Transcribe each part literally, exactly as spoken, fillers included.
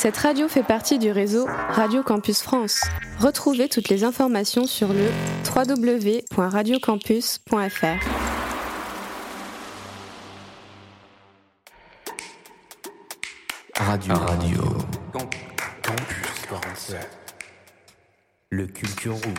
Cette radio fait partie du réseau Radio Campus France. Retrouvez toutes les informations sur le w w w point radio campus point f r. Radio Radio Campus quarante-sept. Le Culture Room.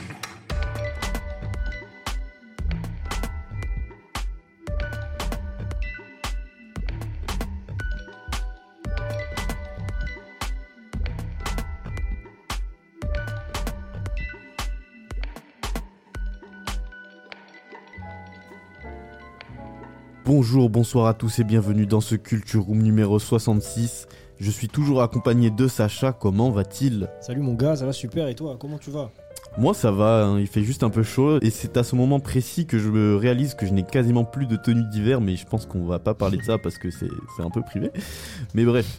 Bonjour, bonsoir à tous et bienvenue dans ce Culture Room numéro soixante-six. Je suis toujours accompagné de Sacha, comment va-t-il ? Salut mon gars, ça va super, et toi, comment tu vas ? Moi ça va, hein, il fait juste un peu chaud et c'est à ce moment précis que je me réalise que je n'ai quasiment plus de tenue d'hiver, mais je pense qu'on va pas parler de ça parce que c'est, c'est un peu privé. Mais bref,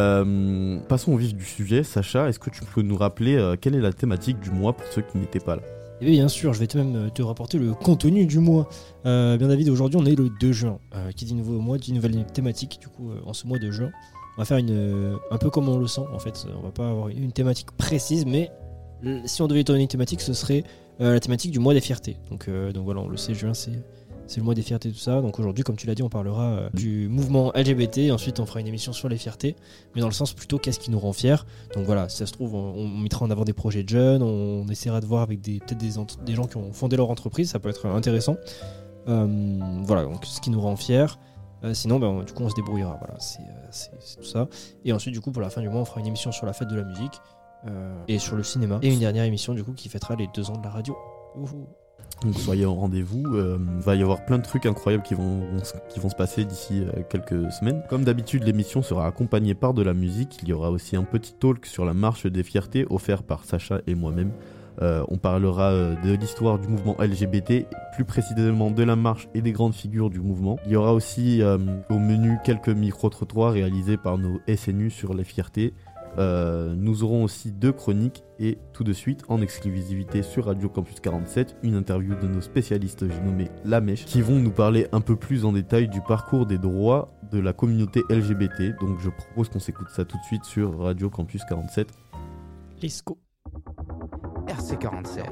euh, passons au vif du sujet. Sacha, est-ce que tu peux nous rappeler euh, quelle est la thématique du mois pour ceux qui n'étaient pas là ? Eh bien, bien sûr, je vais même te rapporter le contenu du mois. Euh, bien David, aujourd'hui on est le deux juin, euh, qui dit nouveau mois, dit nouvelle thématique. Du coup, euh, en ce mois de juin, on va faire une, euh, un peu comme on le sent en fait. On va pas avoir une thématique précise, mais le, si on devait donner une thématique, ce serait euh, la thématique du mois des fiertés. Donc, euh, donc voilà, on le sait, juin c'est, c'est le mois des fiertés, tout ça. Donc aujourd'hui, comme tu l'as dit, on parlera euh, du mouvement L G B T. Ensuite, on fera une émission sur les fiertés, mais dans le sens plutôt qu'est-ce qui nous rend fiers. Donc voilà, si ça se trouve, on, on mettra en avant des projets de jeunes, on essaiera de voir avec des, peut-être des, ent- des gens qui ont fondé leur entreprise, ça peut être intéressant. Euh, voilà, donc ce qui nous rend fiers. Euh, sinon, ben, du coup, on se débrouillera. Voilà, c'est, euh, c'est, c'est tout ça. Et ensuite, du coup, pour la fin du mois, on fera une émission sur la fête de la musique euh, et sur le cinéma. Et une dernière émission, du coup, qui fêtera les deux ans de la radio. Ouhou. Donc soyez au rendez-vous, il euh, va y avoir plein de trucs incroyables qui vont, qui vont se passer d'ici euh, quelques semaines. Comme d'habitude, l'émission sera accompagnée par de la musique. Il y aura aussi un petit talk sur la marche des fiertés offert par Sacha et moi-même. Euh, on parlera euh, de l'histoire du mouvement L G B T, plus précisément de la marche et des grandes figures du mouvement. Il y aura aussi euh, au menu quelques micro-trottoirs réalisés par nos S N U sur les fiertés. Euh, nous aurons aussi deux chroniques et tout de suite en exclusivité sur Radio Campus quarante-sept une interview de nos spécialistes, j'ai nommé La Mèche, qui vont nous parler un peu plus en détail du parcours des droits de la communauté L G B T. Donc je propose qu'on s'écoute ça tout de suite sur Radio Campus quarante-sept. Let's go. R C quarante-sept.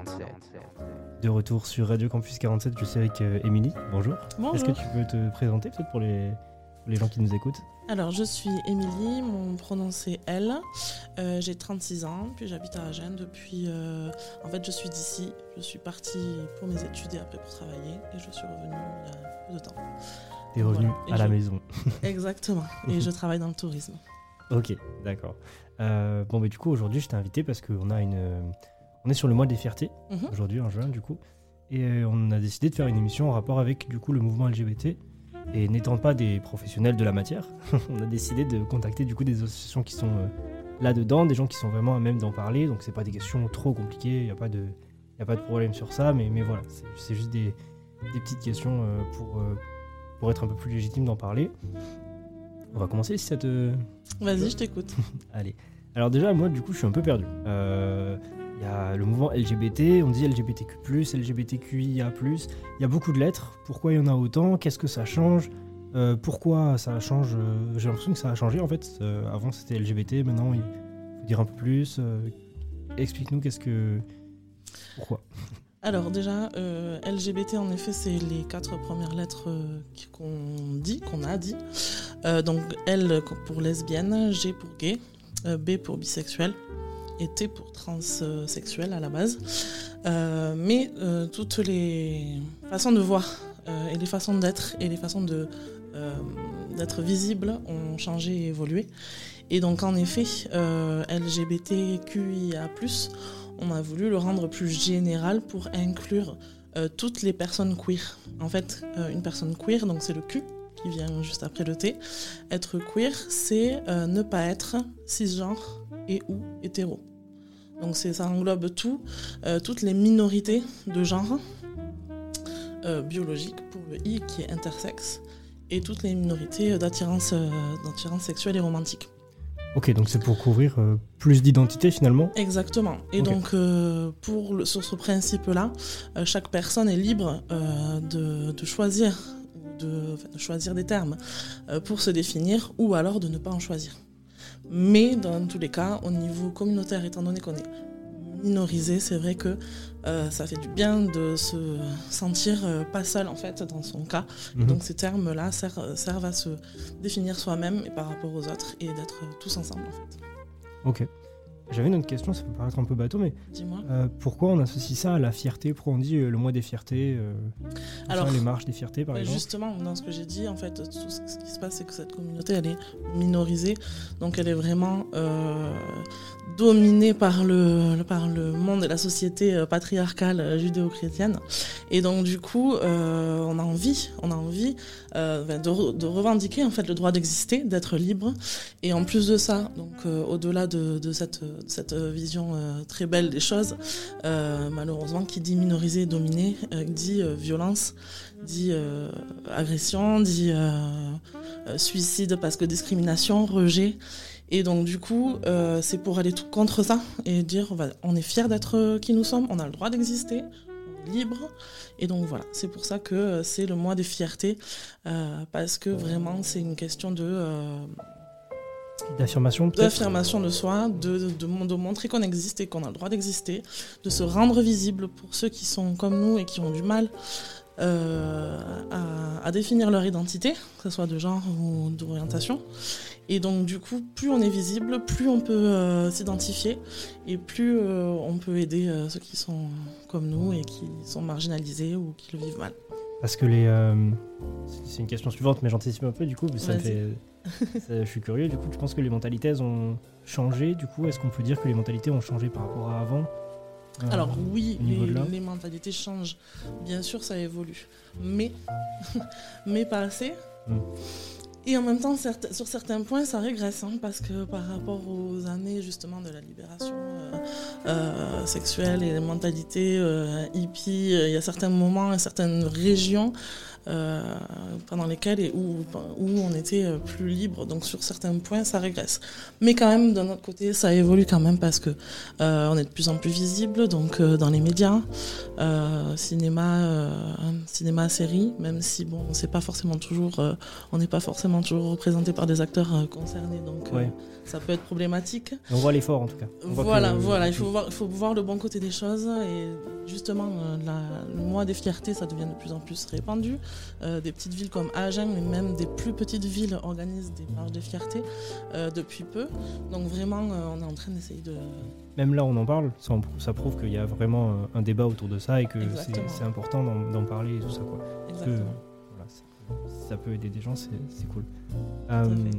De retour sur Radio Campus quarante-sept, je suis avec euh, Émilie. Bonjour. Bonjour. Est-ce que tu peux te présenter peut-être pour les, pour les gens qui nous écoutent ? Alors, je suis Émilie, mon pronom c'est elle. Euh, j'ai trente-six ans, puis j'habite à Agen depuis... Euh, en fait, je suis d'ici. Je suis partie pour mes études et après pour travailler. Et je suis revenue il y a peu de temps. T'es revenu Voilà. à je... la maison. Exactement. Et je travaille dans le tourisme. Ok, d'accord. Euh, bon, mais du coup, aujourd'hui, je t'ai invité parce qu'on a une... euh, on est sur le mois des fiertés, Mm-hmm. aujourd'hui, en juin, du coup. Et euh, on a décidé de faire une émission en rapport avec, du coup, le mouvement L G B T. Et n'étant pas des professionnels de la matière, on a décidé de contacter du coup des associations qui sont euh, là-dedans, des gens qui sont vraiment à même d'en parler. Donc c'est pas des questions trop compliquées, il n'y a pas de, y a pas de problème sur ça, mais, mais voilà, c'est, c'est juste des, des petites questions euh, pour, euh, pour être un peu plus légitime d'en parler. On va commencer si ça te... Vas-y, je t'écoute. Allez. Alors déjà, moi du coup, je suis un peu perdu. Euh... Il y a le mouvement L G B T, on dit L G B T Q plus, L G B T Q I A plus, il y a beaucoup de lettres, pourquoi il y en a autant, qu'est-ce que ça change, euh, pourquoi ça change, euh, j'ai l'impression que ça a changé en fait, euh, avant c'était L G B T, maintenant il faut dire un peu plus, euh, explique-nous qu'est-ce que... Pourquoi ? Alors déjà, euh, L G B T, en effet, c'est les quatre premières lettres euh, qu'on dit, qu'on a dit. Euh, donc L pour lesbienne, G pour gay, euh, B pour bisexuel, et T pour transsexuel à la base. Euh, mais euh, toutes les façons de voir euh, et les façons d'être et les façons de, euh, d'être visibles ont changé et évolué. Et donc en effet, euh, L G B T Q I A plus, on a voulu le rendre plus général pour inclure euh, toutes les personnes queer. En fait, euh, une personne queer, donc c'est le Q qui vient juste après le T. Être queer, c'est euh, ne pas être cisgenre et ou hétéro. Donc c'est, ça englobe tout, euh, toutes les minorités de genre euh, biologiques pour le I qui est intersexe et toutes les minorités d'attirance, euh, d'attirance sexuelle et romantique. Ok, donc c'est pour couvrir euh, plus d'identités finalement ? Exactement. Et Okay. donc euh, pour le, sur ce principe-là, euh, chaque personne est libre euh, de, de choisir, de, enfin, de choisir des termes euh, pour se définir ou alors de ne pas en choisir. Mais dans tous les cas, au niveau communautaire, étant donné qu'on est minorisé, c'est vrai que euh, ça fait du bien de se sentir euh, pas seul en fait dans son cas. Mhm. Donc ces termes-là servent, servent à se définir soi-même et par rapport aux autres et d'être tous ensemble en fait. Ok. J'avais une autre question, ça peut paraître un peu bateau, mais Dis-moi. euh, pourquoi on associe ça à la fierté? Pourquoi on dit euh, le mois des fiertés, euh, Alors, enfin, les marches des fiertés par Ouais, exemple? justement, dans ce que j'ai dit, en fait, tout ce ce qui se passe, c'est que cette communauté, elle est minorisée, donc elle est vraiment euh, dominée par le, par le monde et la société euh, patriarcale euh, judéo-chrétienne. Et donc, du coup, euh, on a envie, on a envie euh, ben, de, re- de revendiquer en fait le droit d'exister, d'être libre. Et en plus de ça, donc euh, au-delà de, de cette, de cette vision euh, très belle des choses, euh, malheureusement, qui dit minorisé, dominé, euh, dit euh, violence, dit euh, agression, dit euh, euh, suicide parce que discrimination, rejet. Et donc du coup, euh, c'est pour aller tout contre ça et dire on, va, on est fiers d'être qui nous sommes, on a le droit d'exister, on est libre. Et donc voilà, c'est pour ça que euh, c'est le mois des fiertés, euh, parce que vraiment c'est une question de... Euh, D'affirmation peut-être? d'affirmation de soi, de, de, de, de montrer qu'on existe et qu'on a le droit d'exister, de se rendre visible pour ceux qui sont comme nous et qui ont du mal euh, à, à définir leur identité, que ce soit de genre ou d'orientation. Et donc du coup, plus on est visible, plus on peut euh, s'identifier et plus euh, on peut aider euh, ceux qui sont comme nous et qui sont marginalisés ou qui le vivent mal. Parce que les... euh, c'est une question suivante, mais j'anticipe un peu du coup, mais ça me Vas-y. fait... ça, je suis curieux, du coup, tu penses que les mentalités elles ont changé, du coup, est-ce qu'on peut dire que les mentalités ont changé par rapport à avant? Euh, Alors oui, au niveau les, de là. les mentalités changent. Bien sûr, ça évolue. Mais, mais pas assez. Mm. Et en même temps, certes- sur certains points, ça régresse. Hein, parce que par rapport aux années justement de la libération euh, euh, sexuelle et les mentalités euh, hippies, euh, il y a certains moments et certaines régions euh, pendant lesquelles et où, où on était euh, plus libre. Donc sur certains points, ça régresse. Mais quand même, d'un autre côté, ça évolue quand même parce que euh, on est de plus en plus visible, donc euh, dans les médias, euh, cinéma, euh, cinéma, série, même si bon, on sait pas forcément toujours, euh, on n'est pas forcément toujours représenté par des acteurs euh, concernés, donc euh, Ouais. ça peut être problématique. On voit l'effort en tout cas. On voit Voilà, que- voilà, il faut voir, il faut voir le bon côté des choses et justement, euh, la, le mois des fiertés, ça devient de plus en plus répandu. Euh, des petites villes comme Agen, mais même des plus petites villes organisent des marches des fiertés euh, depuis peu. Donc vraiment, euh, on est en train d'essayer de... Même là, on en parle, ça, en- ça prouve qu'il y a vraiment euh, un débat autour de ça et que c'est Exactement. c'est important d'en d'en parler et tout ça, quoi. Parce que, Exactement. voilà, ça, si ça peut aider des gens, c'est c'est cool. à Euh, fait.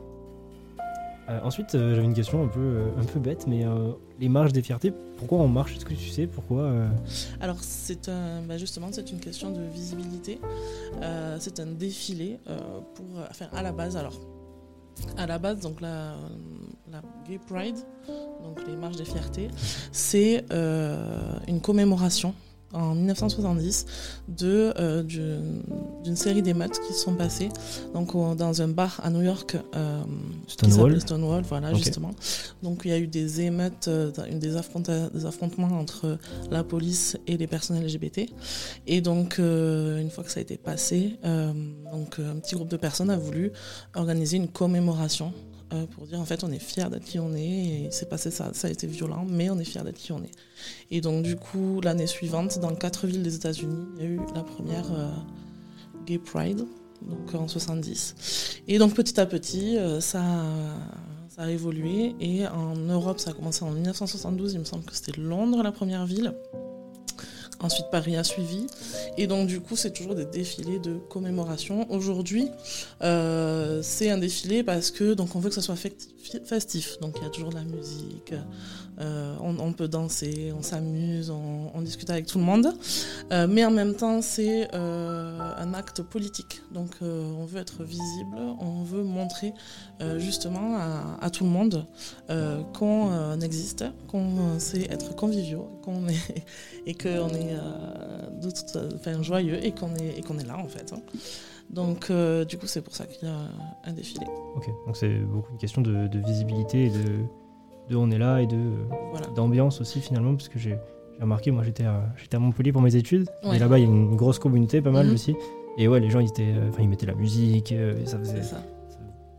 euh, ensuite, euh, j'avais une question un peu, euh, un peu bête, mais euh, les marches des fiertés, pourquoi on marche? Est-ce que tu sais pourquoi euh, Alors c'est un, bah justement c'est une question de visibilité. Euh, c'est un défilé euh, pour, enfin à la base alors, à la base donc la, la Gay Pride, donc les marches des fiertés, c'est euh, une commémoration en dix-neuf cent soixante-dix de euh, d'une d'une série d'émeutes qui se sont passées donc au- dans un bar à New York. Euh, qui Stonewall? s'appelait Stonewall, voilà, Ok. justement. Donc il y a eu des émeutes, euh, des, affronta- des affrontements entre la police et les personnes L G B T. Et donc, euh, une fois que ça a été passé, euh, donc, un petit groupe de personnes a voulu organiser une commémoration euh, pour dire en fait on est fiers d'être qui on est et il s'est passé ça, ça a été violent, mais on est fiers d'être qui on est. Et donc du coup, l'année suivante, dans quatre villes des États-Unis, il y a eu la première euh, Gay Pride. Donc en soixante-dix. Et donc petit à petit, euh, ça, ça a évolué. Et en Europe, ça a commencé en dix-neuf cent soixante-douze. Il me semble que c'était Londres, la première ville. Ensuite, Paris a suivi. Et donc, du coup, c'est toujours des défilés de commémoration. Aujourd'hui, euh, c'est un défilé parce que donc on veut que ça soit fecti- festif. Donc, il y a toujours de la musique, euh, on, on peut danser, on s'amuse, on, on discute avec tout le monde. Euh, mais en même temps, c'est euh, un acte politique. Donc, euh, on veut être visible, on veut montrer euh, justement à, à tout le monde euh, qu'on euh, existe, qu'on sait être conviviaux, qu'on est, et qu'on est euh, de toute- enfin, joyeux et qu'on est, et qu'on est là en fait. hein. Donc, euh, du coup, c'est pour ça qu'il y a un défilé. Ok, donc c'est beaucoup une question de, de visibilité et de, de on est là et de Voilà. d'ambiance aussi finalement, parce que j'ai j'ai remarqué, moi j'étais à, j'étais à Montpellier pour mes études, Ouais. et là-bas il y a une grosse communauté, pas mal Mhm. aussi, et ouais, les gens ils, étaient, euh, enfin, ils mettaient la musique, euh, et ça faisait, C'est ça.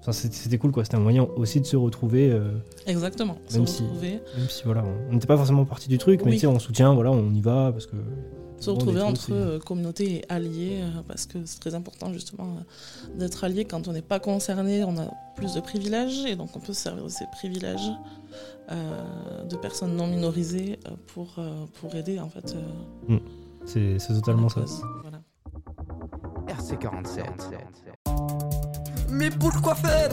enfin, c'était, c'était cool, quoi. C'était un moyen aussi de se retrouver. Euh, Exactement, même se si, retrouver. Même si, voilà, on n'était pas forcément parti du truc, mais Oui. tu sais, on soutient, voilà, on y va, parce que... Se retrouver entre euh, communauté et alliés, euh, parce que c'est très important justement euh, d'être allié. Quand on n'est pas concerné, on a plus de privilèges, et donc on peut se servir de ces privilèges euh, de personnes non minorisées euh, pour, euh, pour aider en fait. Euh, mmh. c'est, c'est totalement ça. Voilà. R C quarante-sept. Mais pourquoi faire?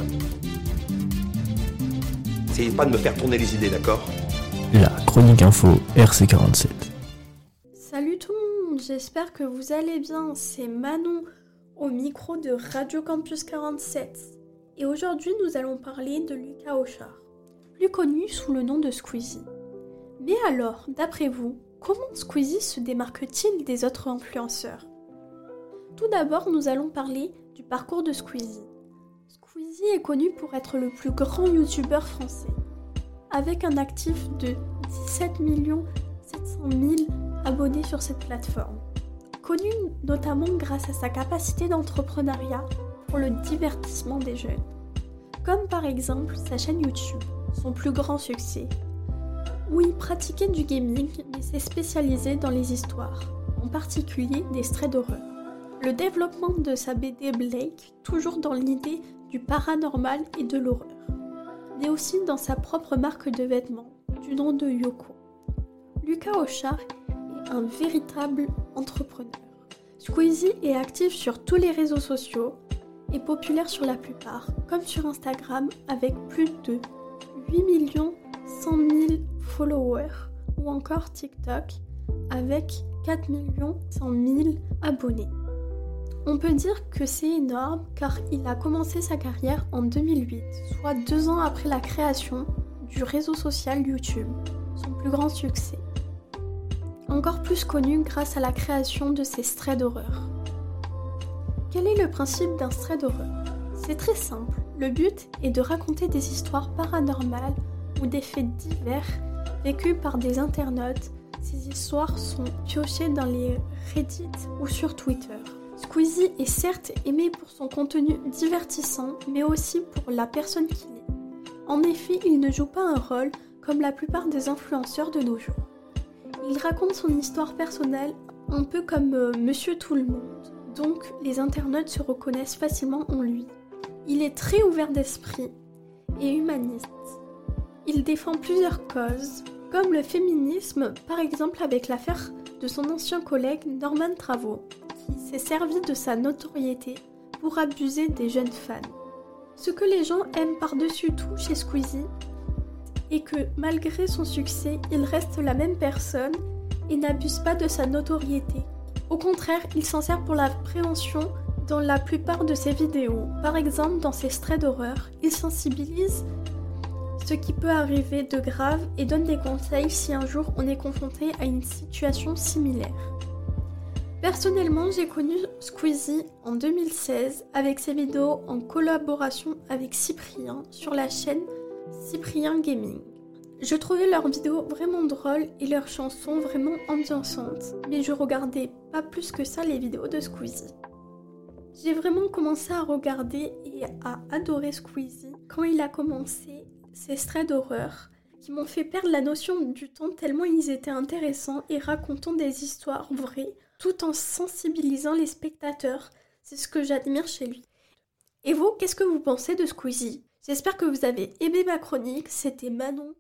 Essayez pas de me faire tourner les idées, d'accord? La chronique info R C quarante-sept. Salut tout le monde, j'espère que vous allez bien, c'est Manon au micro de Radio Campus quarante-sept. Et aujourd'hui nous allons parler de Lucas Auchard, plus connu sous le nom de Squeezie. Mais alors, d'après vous, comment Squeezie se démarque-t-il des autres influenceurs? Tout d'abord, nous allons parler du parcours de Squeezie. Squeezie est connu pour être le plus grand youtubeur français, avec un actif de dix-sept millions sept cent mille abonnés sur cette plateforme. Connu notamment grâce à sa capacité d'entrepreneuriat pour le divertissement des jeunes, comme par exemple sa chaîne YouTube, son plus grand succès, où il pratiquait du gaming mais s'est spécialisé dans les histoires, en particulier des extraits d'horreur. Le développement de sa B D Blake, toujours dans l'idée du paranormal et de l'horreur, mais aussi dans sa propre marque de vêtements, du nom de Yoko. Lucas Auchard est un véritable entrepreneur. Squeezie est actif sur tous les réseaux sociaux et populaire sur la plupart, comme sur Instagram avec plus de huit millions cent mille followers, ou encore TikTok avec quatre millions cent mille abonnés. On peut dire que c'est énorme car il a commencé sa carrière en deux mille huit, soit deux ans après la création du réseau social YouTube, son plus grand succès. Encore plus connu grâce à la création de ses extraits d'horreur. Quel est le principe d'un extrait d'horreur? C'est très simple, le but est de raconter des histoires paranormales ou des faits divers vécus par des internautes. Ces histoires sont piochées dans les Reddit ou sur Twitter. Squeezie est certes aimé pour son contenu divertissant, mais aussi pour la personne qu'il est. En effet, il ne joue pas un rôle comme la plupart des influenceurs de nos jours. Il raconte son histoire personnelle un peu comme euh, Monsieur Tout-le-Monde, donc les internautes se reconnaissent facilement en lui. Il est très ouvert d'esprit et humaniste. Il défend plusieurs causes, comme le féminisme, par exemple avec l'affaire de son ancien collègue Norman Travot, qui s'est servi de sa notoriété pour abuser des jeunes fans. Ce que les gens aiment par-dessus tout chez Squeezie est que malgré son succès, il reste la même personne et n'abuse pas de sa notoriété. Au contraire, il s'en sert pour la prévention dans la plupart de ses vidéos. Par exemple, dans ses extraits d'horreur, il sensibilise ce qui peut arriver de grave et donne des conseils si un jour on est confronté à une situation similaire. Personnellement, j'ai connu Squeezie en deux mille seize avec ses vidéos en collaboration avec Cyprien sur la chaîne Cyprien Gaming. Je trouvais leurs vidéos vraiment drôles et leurs chansons vraiment ambiançantes, mais je regardais pas plus que ça les vidéos de Squeezie. J'ai vraiment commencé à regarder et à adorer Squeezie quand il a commencé ses extraits d'horreur qui m'ont fait perdre la notion du temps tellement ils étaient intéressants et racontant des histoires vraies tout en sensibilisant les spectateurs. C'est ce que j'admire chez lui. Et vous, qu'est-ce que vous pensez de Squeezie? J'espère que vous avez aimé ma chronique, c'était Manon.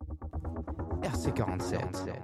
R C quarante-sept.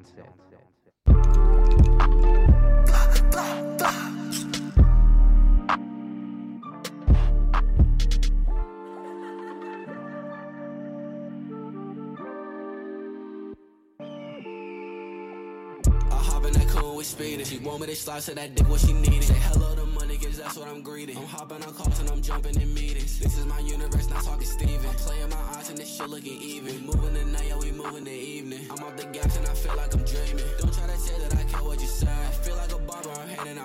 Speeding. She want me to slice to that dick what she needed. Say hello to money, cause that's what I'm greeting. I'm hopping on calls and I'm jumping in meetings. This is my universe, not talking Steven. I'm playing my odds and this shit looking even. We moving the night, yeah, we moving the evening. I'm off the gas and I feel like I'm dreaming. Don't try to say that I care what you say. I feel like a barber, I'm handing out fame.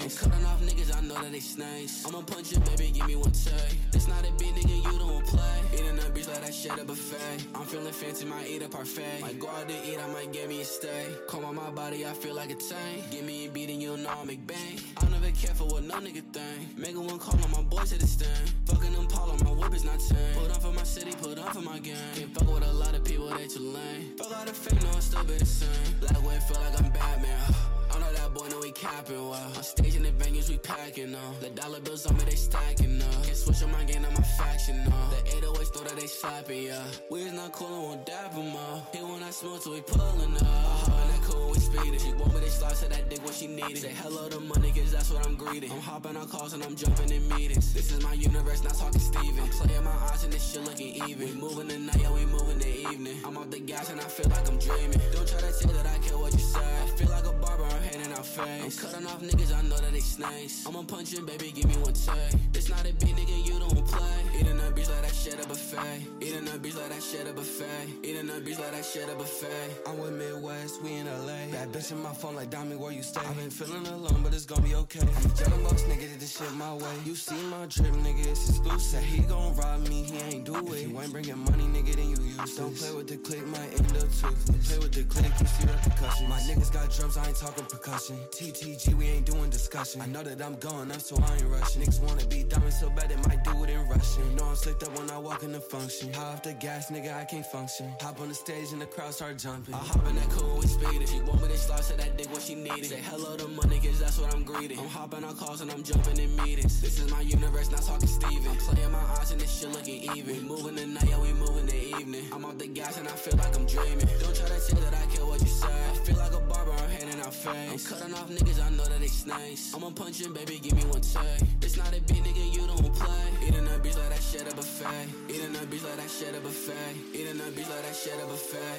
face. I'm cutting off niggas, I know that they snakes. I'ma punch you, baby, give me one take. This not a big nigga, you don't play. Eating a bitch like that shit a buffet. I'm feeling fancy, might eat a parfait. Might go out to eat, I might get me a stay. Come on my body, I feel like a tank. Give me a beat and you'll know I'll make bang. I never care for what no nigga think. Make one call on my boys to the stand. Fucking them Paul on my whip is not tame. Put on for my city, put on for my gang. Can't fuck with a lot of people, they too lame. Fuck all the fame, no, it's still be the same. Black way, feel like I'm Batman. I know that boy, know he capping well. On stage in the venues, we packing up. The dollar bills on me, they stacking up. Can't switch on my game, on my faction up. The eight oh eights know that they slapping, yeah. We is not cool, I won't dap him up. Hit when I smoke till we pulling up. I hop in that cool, we speeding. She want me to slide to that dick what she needed. Say hello to money, cause that's what I'm greeting. I'm hopping on calls and I'm jumping in meetings. This is my universe, not talking Steven. I'm playing my odds and this shit looking even. We moving the night, yeah, we moving the evening. I'm off the gas and I feel like I'm dreaming. Don't try to tell that I care what you say. I feel like a barber, I'm handing out face. I'm cutting off niggas, I know that they snakes. I'ma punch you, baby, give me one take. This not a big nigga, you don't play. Eating a bitch like that shit a buffet. Eating a bitch like that shit a buffet. Eating a bitch like that shit a buffet. I'm with Midwest, we in L A. Bad bitch in my phone like Dami, where you stay? I've been feeling alone, but it's gonna be okay. I'm a jello boss, nigga, did this shit my way. You see my drip, nigga, it's exclusive. He gon' rob me, he ain't do it. If you ain't bringing money, nigga, then you use. Don't play with the click, might end up toothless. Play with the click, you see repercussions. My niggas got drums, I ain't talking percussion. T T G, we ain't doing discussion. I know that I'm going up, so I ain't rushing. Niggas wanna be diamond so bad, they might do it in Russian. You know I'm slicked up when I walk in the function. High off the gas, nigga, I can't function. Hop on the stage and the crowd start jumping. I hop in that cool, we speeding. She want me to slide to that dick what she needed. Say hello to money, cause that's what I'm greeting. I'm hopping on calls and I'm jumping in meetings. This is my universe, not talking Steven. I'm playing my odds and this shit looking even. We moving the night, yeah, we moving the evening. I'm off the gas and I feel like I'm dreaming. Don't try to tell that I care what you say. I feel like a barber, I'm handing out face. I'm cutting off niggas, I know that they snakes. I'ma punch you, baby, give me one take. It's not a big nigga, you don't play. Eating a bitch like that shit a buffet. Eating a bitch like that shit a buffet. Eating a bitch like that shit a buffet.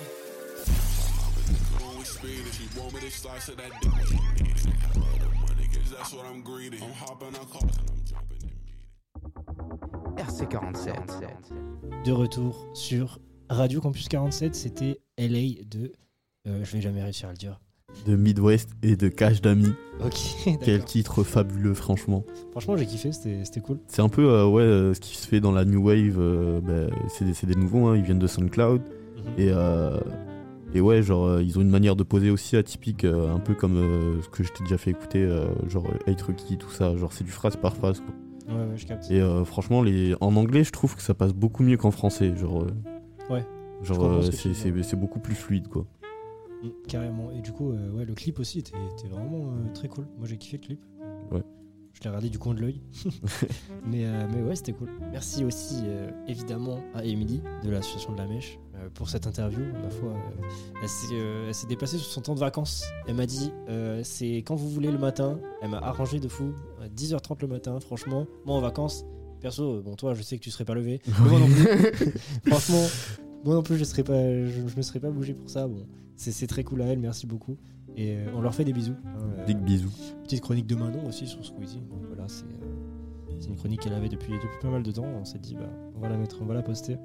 She want me to slice of that dick what she needed. Hello to money, cause that's what I'm greedy. I'm hopping on calls and I'm jumping in meetings. R C quarante-sept. De retour sur Radio Campus quarante-sept, c'était L A de... Euh, je vais jamais réussir à le dire. De Midwest et de Cash Dami. Ok, Quel titre fabuleux, franchement. Franchement, j'ai kiffé, c'était, c'était cool. C'est un peu euh, ouais, euh, ce qui se fait dans la New Wave. Euh, bah, c'est, des, c'est des nouveaux, hein, ils viennent de SoundCloud. Mm-hmm. Et... Euh, Et ouais, genre, euh, ils ont une manière de poser aussi atypique, euh, un peu comme euh, ce que je t'ai déjà fait écouter, euh, genre Hate Rocky, tout ça, genre c'est du phrase par phrase, quoi. Ouais, ouais, je capte. Et euh, franchement, les... en anglais, je trouve que ça passe beaucoup mieux qu'en français, genre. Euh... Ouais. Genre, euh, c'est, c'est, c'est beaucoup plus fluide, quoi. Mmh, carrément. Et du coup, euh, ouais, le clip aussi était, était vraiment euh, très cool. Moi, j'ai kiffé le clip. Ouais. Je l'ai regardé du coin de l'œil. mais, euh, mais ouais, c'était cool. Merci aussi, euh, évidemment, à Émilie de l'association de la Mèche euh, pour cette interview. Ma foi, euh, elle, s'est, euh, elle s'est déplacée sur son temps de vacances. Elle m'a dit, euh, c'est quand vous voulez le matin. Elle m'a arrangé de fou. À dix heures trente le matin, franchement. Moi, en vacances, perso, bon, toi, je sais que tu serais pas levé. Mais moi non plus. Franchement, moi non plus, je, serais pas, je, je me serais pas bougé pour ça. Bon, c'est, c'est très cool à elle. Merci beaucoup. Et euh, on leur fait des bisous. Hein, Big euh, bisous. Petite chronique de Manon aussi sur Squeezie. Donc voilà, c'est, euh, c'est une chronique qu'elle avait depuis, depuis pas mal de temps. On s'est dit, bah, on va la mettre, on va la poster.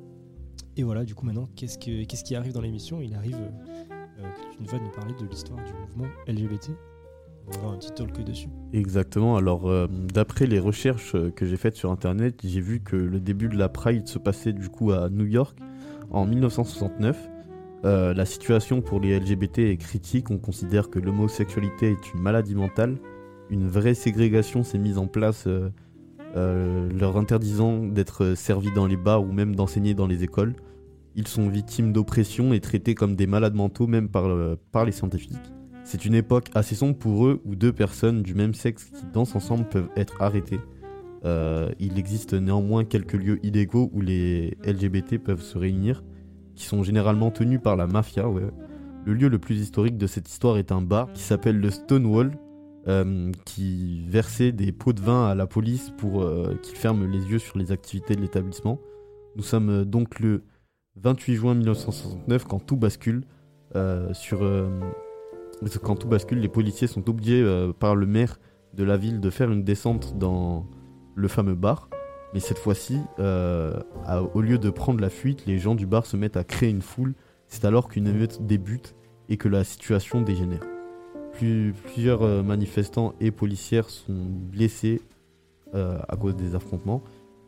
Et voilà, du coup, maintenant, qu'est-ce, que, qu'est-ce qui arrive dans l'émission ? Il arrive euh, que tu vas nous parler de l'histoire du mouvement L G B T. On va avoir un petit talk dessus. Exactement. Alors, euh, d'après les recherches que j'ai faites sur Internet, j'ai vu que le début de la Pride se passait du coup à New York en dix-neuf cent soixante-neuf. Euh, la situation pour les L G B T est critique. On considère que l'homosexualité est une maladie mentale. Une vraie ségrégation s'est mise en place, euh, euh, leur interdisant d'être servis dans les bars ou même d'enseigner dans les écoles. Ils sont victimes d'oppression et traités comme des malades mentaux, même par, euh, par les scientifiques. C'est une époque assez sombre pour eux, où deux personnes du même sexe qui dansent ensemble peuvent être arrêtées. Euh, il existe néanmoins quelques lieux illégaux où les L G B T peuvent se réunir, qui sont généralement tenus par la mafia. Ouais. Le lieu le plus historique de cette histoire est un bar qui s'appelle le Stonewall, euh, qui versait des pots de vin à la police pour euh, qu'ils ferment les yeux sur les activités de l'établissement. Nous sommes donc le vingt-huit juin dix-neuf cent soixante-neuf quand tout bascule. Euh, sur, euh, quand tout bascule, les policiers sont obligés euh, par le maire de la ville de faire une descente dans le fameux bar. Mais cette fois-ci, euh, à, au lieu de prendre la fuite, les gens du bar se mettent à créer une foule. C'est alors qu'une émeute débute et que la situation dégénère. plus, plusieurs euh, manifestants et policières sont blessés euh, à cause des affrontements.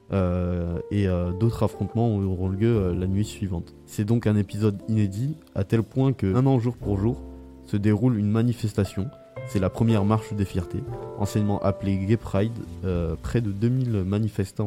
Euh, et euh, d'autres affrontements auront lieu euh, la nuit suivante. C'est donc un épisode inédit, à tel point que, un an jour pour jour, se déroule une manifestation. C'est la première marche des fiertés, anciennement appelée Gay Pride. Euh, près de deux mille manifestants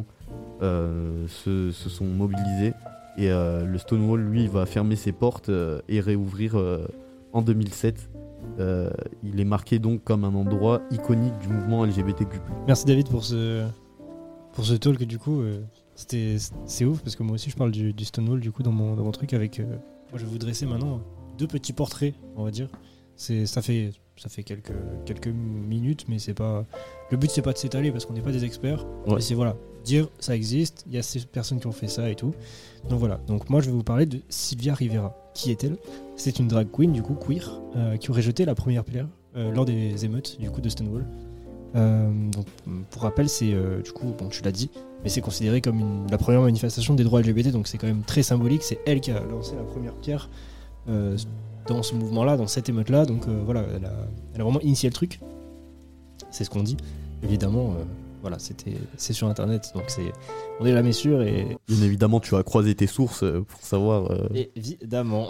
euh, se, se sont mobilisés, et euh, le Stonewall, lui, va fermer ses portes euh, et réouvrir euh, en deux mille sept. Euh, il est marqué donc comme un endroit iconique du mouvement L G B T Q plus. Merci David pour ce... Pour ce talk, du coup, euh, c'était, c'est ouf parce que moi aussi je parle du, du Stonewall du coup dans mon, dans mon truc avec. Euh, moi je vais vous dresser maintenant deux petits portraits, on va dire. C'est, ça fait, ça fait quelques, quelques minutes, mais c'est pas. Le but c'est pas de s'étaler parce qu'on n'est pas des experts. Ouais. Mais c'est voilà, dire ça existe, il y a ces personnes qui ont fait ça et tout. Donc voilà, donc moi je vais vous parler de Sylvia Rivera. Qui est-elle ? C'est une drag queen du coup queer euh, qui aurait jeté la première pierre euh, lors des émeutes du coup de Stonewall. Euh, donc, pour rappel, c'est euh, du coup, bon, tu l'as dit, mais c'est considéré comme une, la première manifestation des droits L G B T, donc c'est quand même très symbolique. C'est elle qui a lancé la première pierre euh, dans ce mouvement-là, dans cette émeute-là. Donc euh, voilà, elle a, elle a vraiment initié le truc. C'est ce qu'on dit. Évidemment, euh, voilà, c'était, c'est sur Internet, donc c'est, on est jamais sûr. Et bien évidemment, tu as croisé tes sources pour savoir. Euh... Évidemment,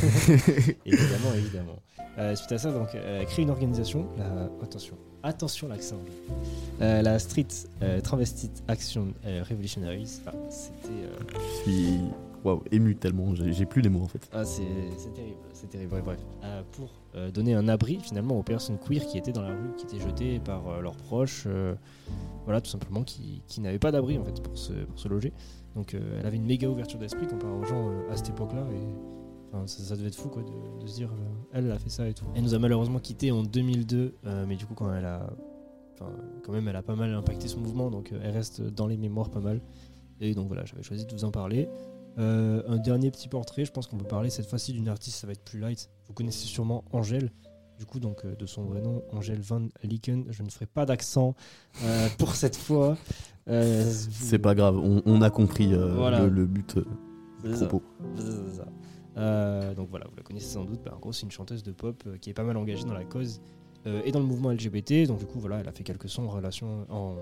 évidemment, évidemment. Euh, suite à ça, donc, elle a créé une organisation. La... Attention. Attention l'accent. Euh, la Street euh, Travestit Action euh, Revolutionaries. Ah, c'était. Euh... Je suis waouh, ému tellement, j'ai, j'ai plus les mots en fait. Ah, c'est, c'est terrible, c'est terrible. Bref, bref. Euh, pour euh, donner un abri finalement aux personnes queer qui étaient dans la rue, qui étaient jetées par euh, leurs proches, euh, voilà, tout simplement, qui, qui n'avaient pas d'abri en fait pour se, pour se loger. Donc, euh, elle avait une méga ouverture d'esprit comparé aux gens euh, à cette époque-là. Et... Enfin, ça, ça devait être fou quoi, de, de se dire euh, elle, elle a fait ça et tout. Elle nous a malheureusement quitté en deux mille deux, euh, mais du coup quand elle a, enfin, quand même elle a pas mal impacté son mouvement, donc euh, elle reste dans les mémoires pas mal. Et donc voilà, j'avais choisi de vous en parler. Euh, un dernier petit portrait, je pense qu'on peut parler cette fois-ci d'une artiste, ça va être plus light. Vous connaissez sûrement Angèle, du coup donc euh, de son vrai nom, Angèle Van Lieken. Je ne ferai pas d'accent euh, pour cette fois. Euh, C'est pas grave, on, on a compris euh, voilà. le, le but euh, du propos. Ça. C'est ça. Euh, donc voilà, vous la connaissez sans doute. Bah, en gros, c'est une chanteuse de pop euh, qui est pas mal engagée dans la cause euh, et dans le mouvement L G B T. Donc du coup, voilà, elle a fait quelques sons en relation, en,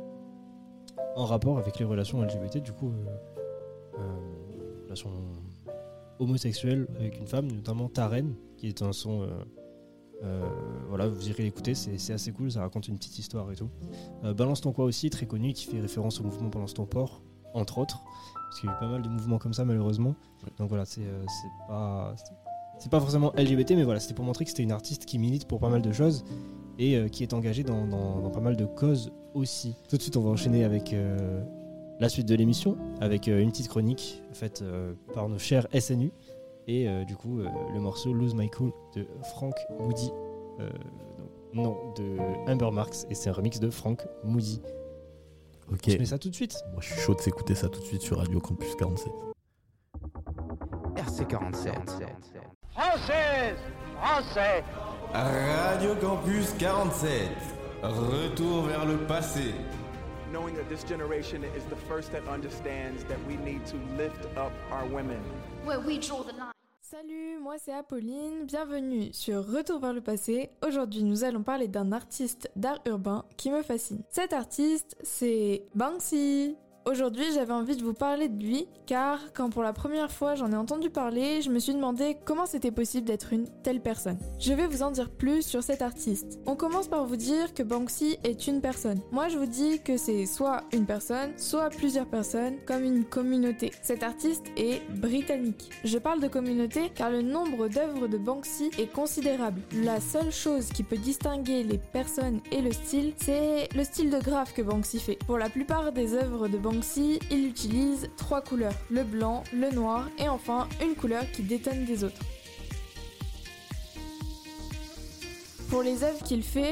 en rapport avec les relations L G B T. Du coup, euh, euh, relations homosexuelles avec une femme, notamment Taren, qui est un son. Euh, euh, voilà, vous irez l'écouter, c'est, c'est assez cool. Ça raconte une petite histoire et tout. Euh, Balance ton quoi aussi, très connu, qui fait référence au mouvement Balance ton port, entre autres. Parce qu'il y a eu pas mal de mouvements comme ça malheureusement. Donc voilà, c'est, euh, c'est pas c'est, c'est pas forcément L G B T, mais voilà, c'était pour montrer que c'était une artiste qui milite pour pas mal de choses et euh, qui est engagée dans, dans, dans pas mal de causes aussi. Tout de suite, on va enchaîner avec euh, la suite de l'émission, avec euh, une petite chronique faite euh, par nos chers S N U et euh, du coup euh, le morceau Lose My Cool de Frank Moody, euh, non, de Amber Marks, et c'est un remix de Frank Moody. Ok. Je mets ça tout de suite. Moi, je suis chaud de s'écouter ça tout de suite sur Radio Campus quarante-sept. R C quarante-sept. Française, Français. Radio Campus quarante-sept. Retour vers le passé. Knowing that this generation is the first that understands that we need to lift up our women. Where we draw the line. Salut, moi c'est Apolline, bienvenue sur Retour vers le passé. Aujourd'hui nous allons parler d'un artiste d'art urbain qui me fascine. Cet artiste c'est Banksy. Aujourd'hui j'avais envie de vous parler de lui car quand pour la première fois j'en ai entendu parler, je me suis demandé comment c'était possible d'être une telle personne. Je vais vous en dire plus sur cet artiste. On commence par vous dire que Banksy est une personne. Moi je vous dis que c'est soit une personne, soit plusieurs personnes, comme une communauté. Cet artiste est britannique. Je parle de communauté car le nombre d'œuvres de Banksy est considérable. La seule chose qui peut distinguer les personnes et le style, c'est le style de graphe que Banksy fait. Pour la plupart des œuvres de Banksy, Banksy, il utilise trois couleurs, le blanc, le noir et enfin une couleur qui détonne des autres. Pour les œuvres qu'il fait,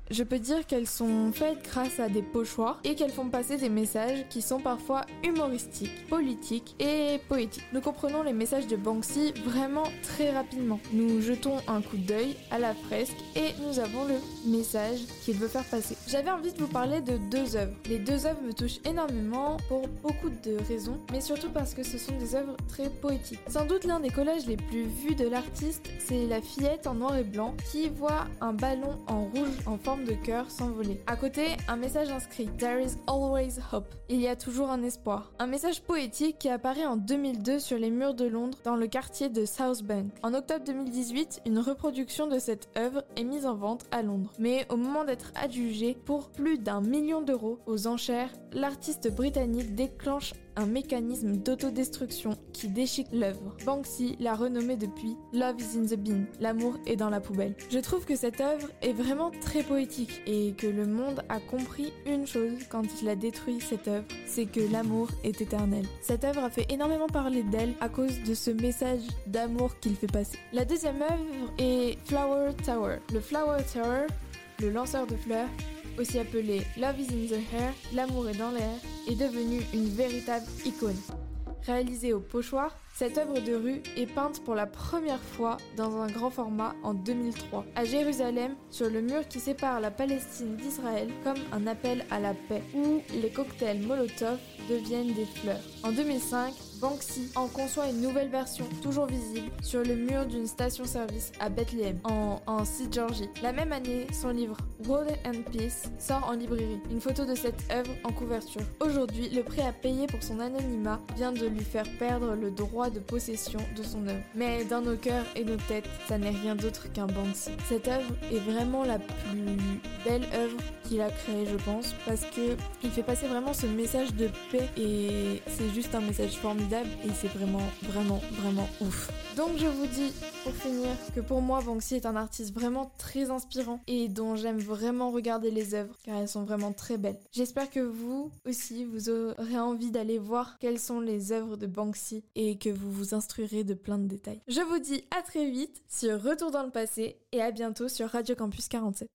je peux dire qu'elles sont faites grâce à des pochoirs et qu'elles font passer des messages qui sont parfois humoristiques, politiques et poétiques. Nous comprenons les messages de Banksy vraiment très rapidement. Nous jetons un coup d'œil à la fresque et nous avons le message qu'il veut faire passer. J'avais envie de vous parler de deux œuvres. Les deux œuvres me touchent énormément pour beaucoup de raisons, mais surtout parce que ce sont des œuvres très poétiques. Sans doute l'un des collages les plus vus de l'artiste, c'est la fillette en noir et blanc qui voit un ballon en rouge en forme de cœur s'envoler. À côté, un message inscrit « There is always hope ». Il y a toujours un espoir. Un message poétique qui apparaît en deux mille deux sur les murs de Londres dans le quartier de South Bank. En octobre deux mille dix-huit, une reproduction de cette œuvre est mise en vente à Londres. Mais au moment d'être adjugé pour plus d'un million d'euros aux enchères, l'artiste britannique déclenche un mécanisme d'autodestruction qui déchique l'œuvre. Banksy l'a renommée depuis Love is in the bin, l'amour est dans la poubelle. Je trouve que cette œuvre est vraiment très poétique et que le monde a compris une chose quand il a détruit cette œuvre, c'est que l'amour est éternel. Cette œuvre a fait énormément parler d'elle à cause de ce message d'amour qu'il fait passer. La deuxième œuvre est Flower Tower. Le Flower Tower, le lanceur de fleurs, aussi appelé Love is in the air, l'amour est dans l'air, est devenu une véritable icône. Réalisée au pochoir, cette œuvre de rue est peinte pour la première fois dans un grand format en deux mille trois, à Jérusalem, sur le mur qui sépare la Palestine d'Israël, comme un appel à la paix, où les cocktails Molotov deviennent des fleurs. En deux mille cinq, Banksy en conçoit une nouvelle version, toujours visible, sur le mur d'une station-service à Bethléem, en, en Cisjordanie. La même année, son livre War and Peace sort en librairie, une photo de cette œuvre en couverture. Aujourd'hui, le prix à payer pour son anonymat vient de lui faire perdre le droit de possession de son œuvre. Mais dans nos cœurs et nos têtes, ça n'est rien d'autre qu'un Banksy. Cette œuvre est vraiment la plus belle œuvre qu'il a créée, je pense, parce que il fait passer vraiment ce message de paix et c'est juste un message formidable et c'est vraiment, vraiment, vraiment ouf. Donc je vous dis, pour finir, que pour moi, Banksy est un artiste vraiment très inspirant et dont j'aime vraiment regarder les œuvres car elles sont vraiment très belles. J'espère que vous aussi, vous aurez envie d'aller voir quelles sont les œuvres de Banksy et que vous vous instruirez de plein de détails. Je vous dis à très vite sur Retour dans le passé et à bientôt sur Radio Campus quarante-sept.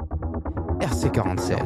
R C quarante-sept.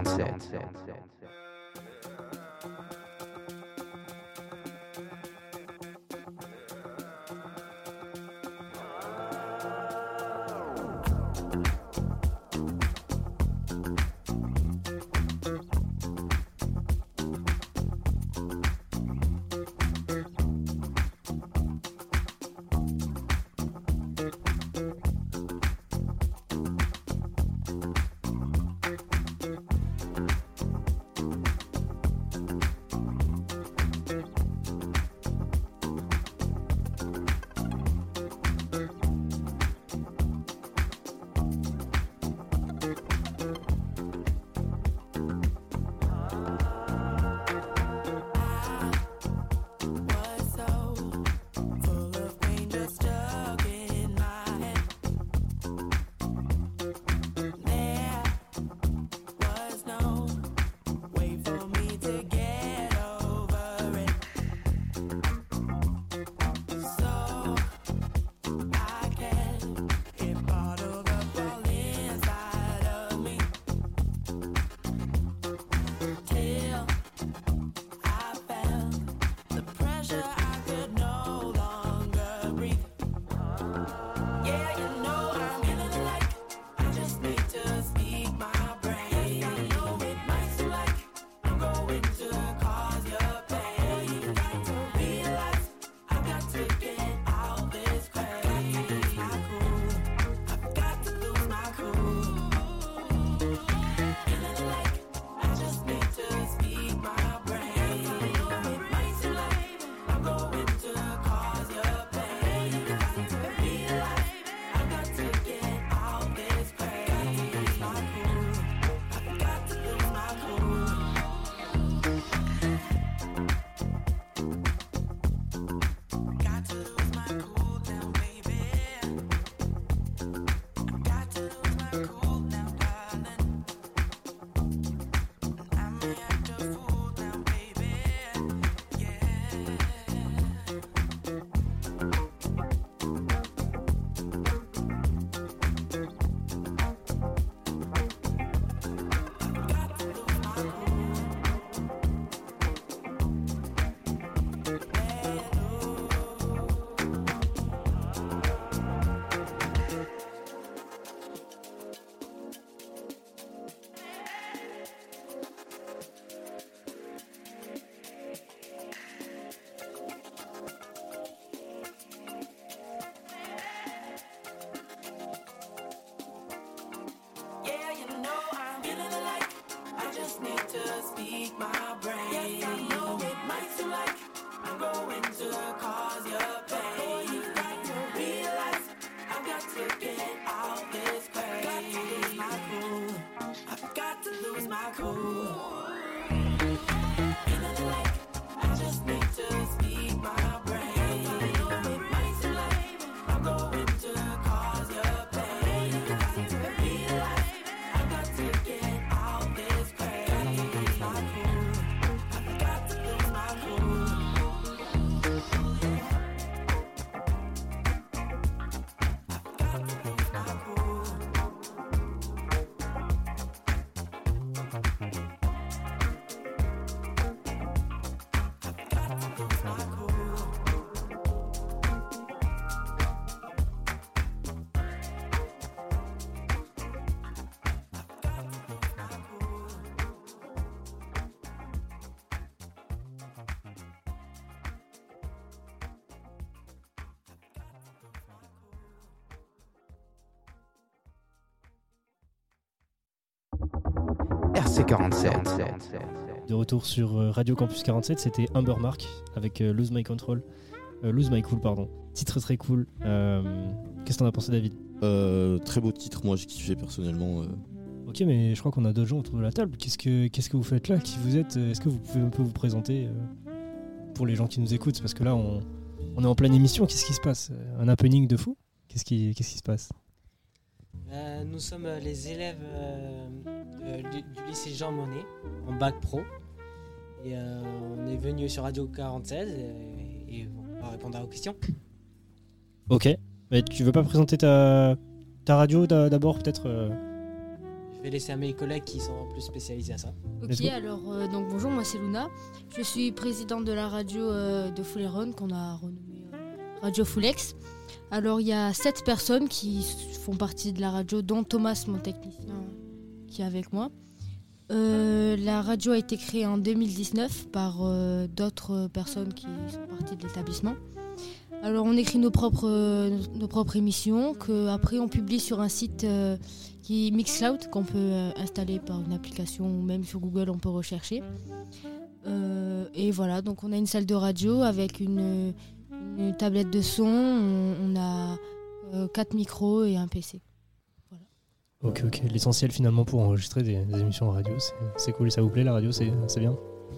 C quarante-sept. De retour sur euh, Radio Campus quarante-sept, c'était Amber Mark avec euh, Lose My Control. Euh, Lose My Cool, pardon. Titre très cool. Euh, qu'est-ce que t'en as pensé, David ? euh, Très beau titre, moi j'ai kiffé personnellement. Euh... Ok, mais je crois qu'on a d'autres gens autour de la table. Qu'est-ce que, qu'est-ce que vous faites là ? Qui vous êtes ? Est-ce que vous pouvez un peu vous présenter euh, pour les gens qui nous écoutent ? Parce que là, on, on est en pleine émission. Qu'est-ce qui se passe ? Un happening de fou ? Qu'est-ce qui, qu'est-ce qui se passe ? euh, Nous sommes les élèves euh, de, du, du lycée Jean Monnet, en bac pro. Et euh, on est venu sur Radio quarante-sept et, et on va répondre à vos questions. Ok. Mais tu veux pas présenter ta, ta radio d'abord, peut-être euh... Je vais laisser à mes collègues qui sont plus spécialisés à ça. Ok, alors euh, donc bonjour, moi c'est Luna. Je suis présidente de la radio euh, de Fouleron qu'on a renommée euh, Radio Foulex. Alors il y a sept personnes qui font partie de la radio, dont Thomas, mon technicien, qui est avec moi. Euh, la radio a été créée en deux mille dix-neuf par euh, d'autres personnes qui sont parties de l'établissement. Alors on écrit nos propres, euh, nos propres émissions qu'après on publie sur un site euh, qui est Mixcloud qu'on peut euh, installer par une application ou même sur Google on peut rechercher. Euh, et voilà, donc on a une salle de radio avec une, une tablette de son, on, on a euh, quatre micros et un P C. Voilà. Ok, ok. L'essentiel finalement pour enregistrer des, des émissions de radio, c'est, c'est cool. Ça vous plaît la radio, c'est, c'est bien ?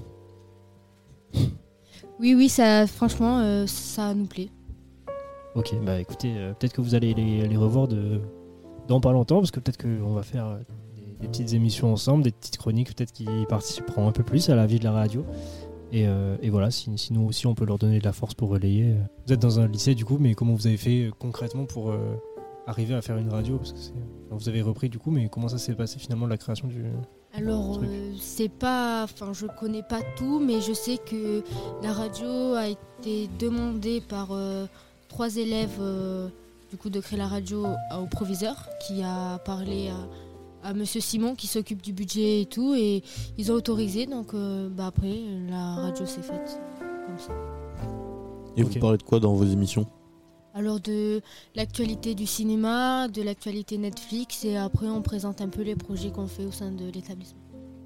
Oui, oui, ça, franchement, euh, ça nous plaît. Ok, bah écoutez, euh, peut-être que vous allez les, les revoir de, dans pas longtemps, parce que peut-être qu'on va faire des, des petites émissions ensemble, des petites chroniques, peut-être qui participeront un peu plus à la vie de la radio. Et, euh, et voilà, si, si nous aussi on peut leur donner de la force pour relayer. Vous êtes dans un lycée du coup, mais comment vous avez fait concrètement pour euh, arriver à faire une radio ? Parce que c'est... Enfin, vous avez repris du coup, mais comment ça s'est passé finalement la création du... Alors, euh, c'est pas, enfin, je connais pas tout, mais je sais que la radio a été demandée par euh, trois élèves, euh, du coup, de créer la radio au proviseur, qui a parlé à, à Monsieur Simon, qui s'occupe du budget et tout, et ils ont autorisé. Donc, euh, bah après, la radio s'est faite comme ça. Et okay. Vous parlez de quoi dans vos émissions ? Alors de l'actualité du cinéma, de l'actualité Netflix, et après on présente un peu les projets qu'on fait au sein de l'établissement.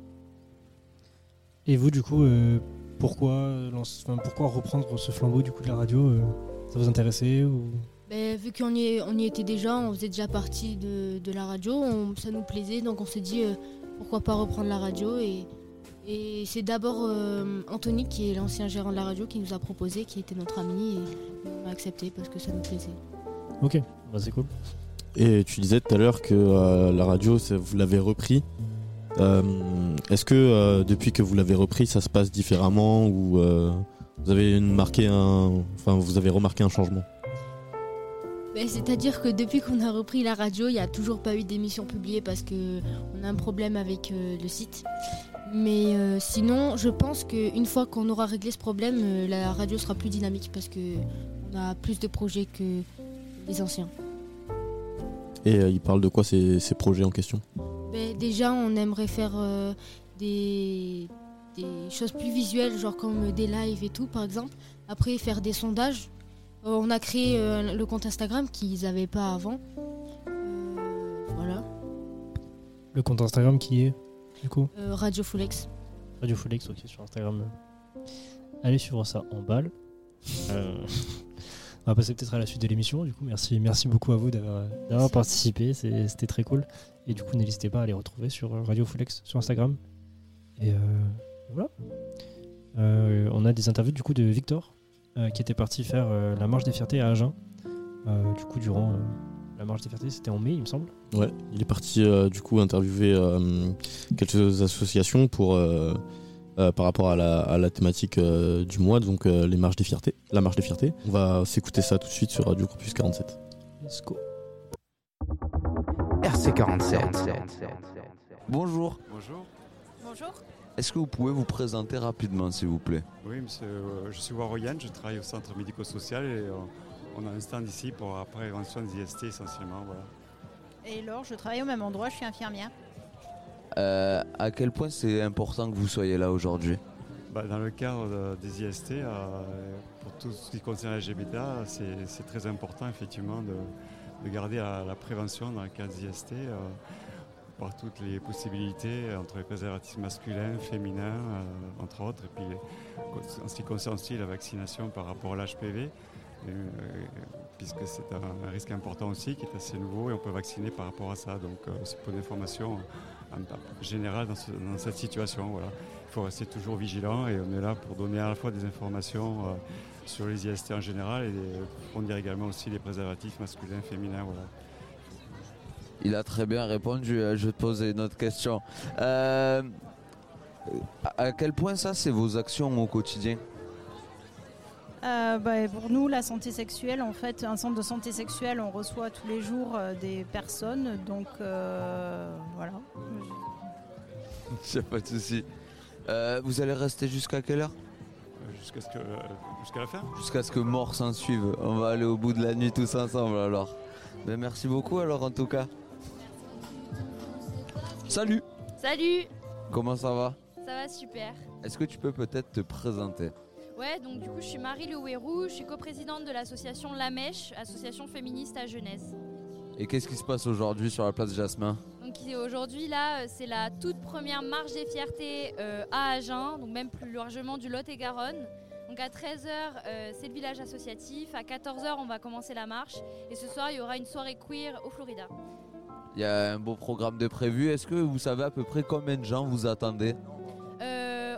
Et vous du coup, euh, pourquoi, lance... enfin, pourquoi reprendre ce flambeau du coup de la radio euh, ça vous intéressait ou... ben, vu qu'on y, est, on y était déjà, on faisait déjà partie de, de la radio, on, ça nous plaisait, donc on s'est dit euh, pourquoi pas reprendre la radio. Et, et c'est d'abord euh, Anthony, qui est l'ancien gérant de la radio, qui nous a proposé, qui était notre ami, et on a accepté parce que ça nous plaisait. Ok, bah c'est cool. Et tu disais tout à l'heure que euh, la radio, ça, vous l'avez repris. Euh, est-ce que euh, depuis que vous l'avez repris, ça se passe différemment ou euh, vous avez marqué un, enfin vous avez remarqué un changement ? Ben, c'est-à-dire que depuis qu'on a repris la radio, il n'y a toujours pas eu d'émission publiée parce que on a un problème avec euh, le site. Mais euh, sinon, je pense qu'une fois qu'on aura réglé ce problème, euh, la radio sera plus dynamique parce qu'on a plus de projets que les anciens. Et euh, il parle de quoi ces, ces projets en question ? Ben, déjà, on aimerait faire euh, des, des choses plus visuelles, genre comme des lives et tout, par exemple. Après, faire des sondages. Euh, on a créé euh, le compte Instagram qu'ils n'avaient pas avant. Euh, voilà. Le compte Instagram qui est du coup euh, Radio Foulex. Radio Foulex, ok, sur Instagram. Allez suivre ça en balle. Euh, on va passer peut-être à la suite de l'émission. Du coup, merci, merci beaucoup à vous d'avoir, d'avoir participé. C'est, c'était très cool. Et du coup, n'hésitez pas à les retrouver sur Radio Foulex sur Instagram. Et euh, voilà. Euh, on a des interviews du coup de Victor, euh, qui était parti faire euh, la marche des fiertés à Agen. Euh, du coup, durant euh, la marche des fiertés, c'était en mai, il me semble. Ouais, il est parti euh, du coup interviewer euh, quelques associations pour euh, euh, par rapport à la, à la thématique euh, du mois, donc euh, les marches des fiertés, la marche des fiertés. On va s'écouter ça tout de suite sur Radio Campus quarante-sept. Let's go. R C quarante-sept. Bonjour. Bonjour. Bonjour. Est-ce que vous pouvez vous présenter rapidement, s'il vous plaît ? Oui, monsieur, euh, je suis Waroyan, je travaille au centre médico-social et euh, on a un stand ici pour la prévention des I S T essentiellement. Voilà. Et Laure, je travaille au même endroit, je suis infirmière. Euh, à quel point c'est important que vous soyez là aujourd'hui ? Bah, dans le cadre de, des I S T, euh, pour tout ce qui concerne la L G B T A, c'est, c'est très important effectivement de, de garder la, la prévention dans le cadre des I S T. Euh, voir toutes les possibilités entre les préservatifs masculins, féminins, euh, entre autres, et puis en ce qui concerne aussi la vaccination par rapport à l'H P V, euh, puisque c'est un, un risque important aussi qui est assez nouveau et on peut vacciner par rapport à ça. Donc euh, c'est pour une information en, en général dans, ce, dans cette situation. Voilà. Il faut rester toujours vigilant et on est là pour donner à la fois des informations euh, sur les I S T en général et on dire également aussi les préservatifs masculins, féminins. Voilà. Il a très bien répondu, je vais te poser une autre question. Euh, à quel point ça, c'est vos actions au quotidien ? Euh, bah, pour nous, la santé sexuelle, en fait, un centre de santé sexuelle, on reçoit tous les jours euh, des personnes, donc euh, voilà. Il n'y a pas de souci. Euh, vous allez rester jusqu'à quelle heure ? Jusqu'à, ce que, euh, jusqu'à la fin ? Jusqu'à ce que mort s'en suive. On va aller au bout de la nuit tous ensemble alors. Ben, merci beaucoup alors en tout cas. Salut. Salut. Comment ça va ? Ça va super. Est-ce que tu peux peut-être te présenter ? Ouais, donc du coup je suis Marie Le Houérou, je suis coprésidente de l'association La Mèche, association féministe à Genèse. Et qu'est-ce qui se passe aujourd'hui sur la place Jasmin ? Donc aujourd'hui là, c'est la toute première marche des fiertés euh, à Agen, donc même plus largement du Lot-et-Garonne. Donc à treize heures, euh, c'est le village associatif, à quatorze heures on va commencer la marche et ce soir il y aura une soirée queer au Florida. Il y a un beau programme de prévu. Est-ce que vous savez à peu près combien de gens vous attendez ? euh,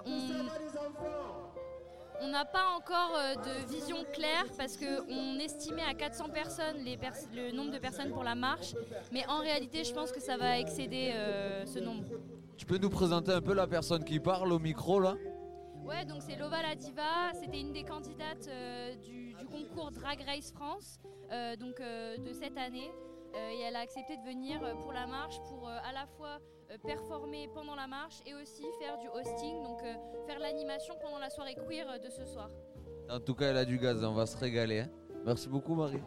On n'a pas encore euh, de vision claire parce qu'on estimait à quatre cents personnes les pers- le nombre de personnes pour la marche. Mais en réalité, je pense que ça va excéder euh, ce nombre. Tu peux nous présenter un peu la personne qui parle au micro là ? Ouais, donc c'est Lova la Diva. C'était une des candidates euh, du, du concours Drag Race France euh, donc, euh, de cette année. Euh, et elle a accepté de venir pour la marche pour euh, à la fois euh, performer pendant la marche et aussi faire du hosting, donc euh, faire l'animation pendant la soirée queer de ce soir. En tout cas, elle a du gaz, on va se régaler. Hein. Merci beaucoup Marie.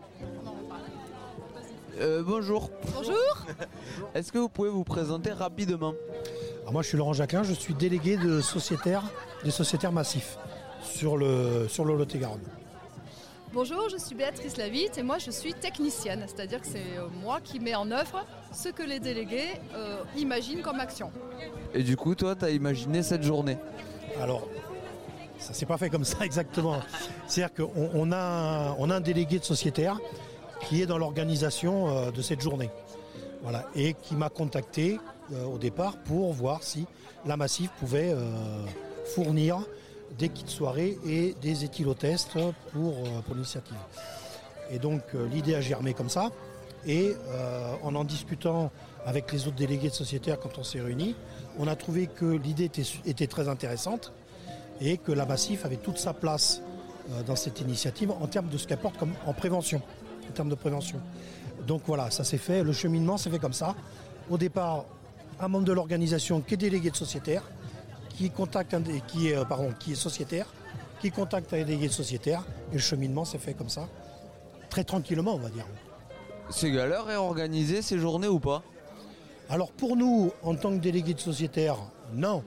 Euh, bonjour. Bonjour. Est-ce que vous pouvez vous présenter rapidement ? Alors moi je suis Laurent Jacquelin, je suis délégué de sociétaires, des sociétaires massifs sur le, sur le Lot-et-Garonne. Bonjour, je suis Béatrice Lavitte et moi je suis technicienne, c'est-à-dire que c'est moi qui mets en œuvre ce que les délégués euh, imaginent comme action. Et du coup, toi, tu as imaginé cette journée ? Alors, ça s'est pas fait comme ça exactement. C'est-à-dire qu'on on a, un, on a un délégué de sociétaire qui est dans l'organisation euh, de cette journée. Voilà, et qui m'a contacté euh, au départ pour voir si la Massif pouvait euh, fournir des kits soirées et des éthylotests pour, pour l'initiative. Et donc euh, l'idée a germé comme ça. Et euh, en en discutant avec les autres délégués de sociétaires quand on s'est réunis, on a trouvé que l'idée était, était très intéressante et que la Massif avait toute sa place euh, dans cette initiative en termes de ce qu'elle porte comme, en prévention, en termes de prévention. Donc voilà, ça s'est fait, le cheminement s'est fait comme ça. Au départ, un membre de l'organisation qui est délégué de sociétaire, qui contacte un, qui est, pardon, qui est sociétaire, qui contacte un délégué de sociétaire, et le cheminement s'est fait comme ça, très tranquillement on va dire. C'est galère à organiser ces journées ou pas ? Alors pour nous, en tant que délégué de sociétaire, non.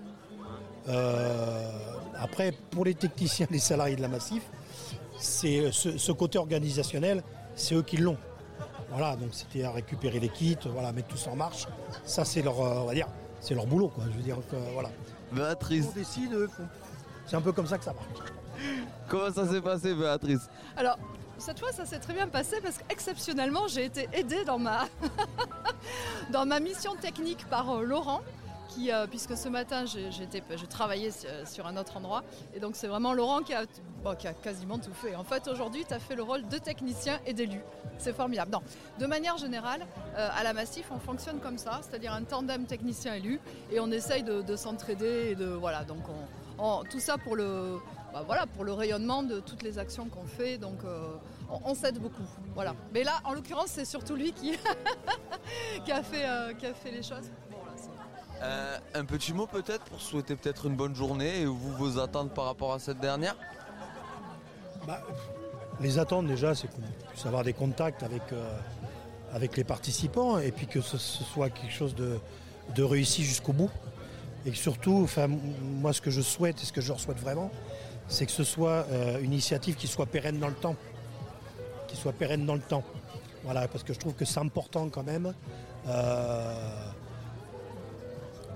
Euh, après, pour les techniciens, les salariés de la Massif, c'est ce, ce côté organisationnel, c'est eux qui l'ont. Voilà, donc c'était à récupérer les kits, voilà, mettre tout ça en marche. Ça c'est leur, on va dire, c'est leur boulot, quoi. Je veux dire, que, voilà. Béatrice. On décide, eux font. C'est un peu comme ça que ça marche. Comment ça s'est passé, Béatrice ? Alors, cette fois, ça s'est très bien passé parce qu'exceptionnellement, j'ai été aidée dans ma, dans ma mission technique par euh, Laurent, qui, euh, puisque ce matin, j'ai, j'étais, j'ai travaillé sur un autre endroit. Et donc, c'est vraiment Laurent qui a, bon, qui a quasiment tout fait. En fait, aujourd'hui, tu as fait le rôle de technicien et d'élu. C'est formidable. Non, de manière générale, euh, à la Massif, on fonctionne comme ça, c'est-à-dire un tandem technicien-élu. Et on essaye de, de s'entraider. Et de, voilà, donc on, on, tout ça pour le... Bah voilà, pour le rayonnement de toutes les actions qu'on fait, donc euh, on, on s'aide beaucoup. Voilà. Mais là, en l'occurrence, c'est surtout lui qui, qui, a, fait, euh, qui a fait les choses. Bon, là, euh, un petit mot peut-être pour souhaiter peut-être une bonne journée et vous vos attentes par rapport à cette dernière ? Bah, les attentes déjà, c'est qu'on puisse avoir des contacts avec, euh, avec les participants et puis que ce, ce soit quelque chose de, de réussi jusqu'au bout. Et que surtout, enfin, moi ce que je souhaite et ce que je leur souhaite vraiment, c'est que ce soit euh, une initiative qui soit pérenne dans le temps. Qui soit pérenne dans le temps. Voilà, parce que je trouve que c'est important quand même euh,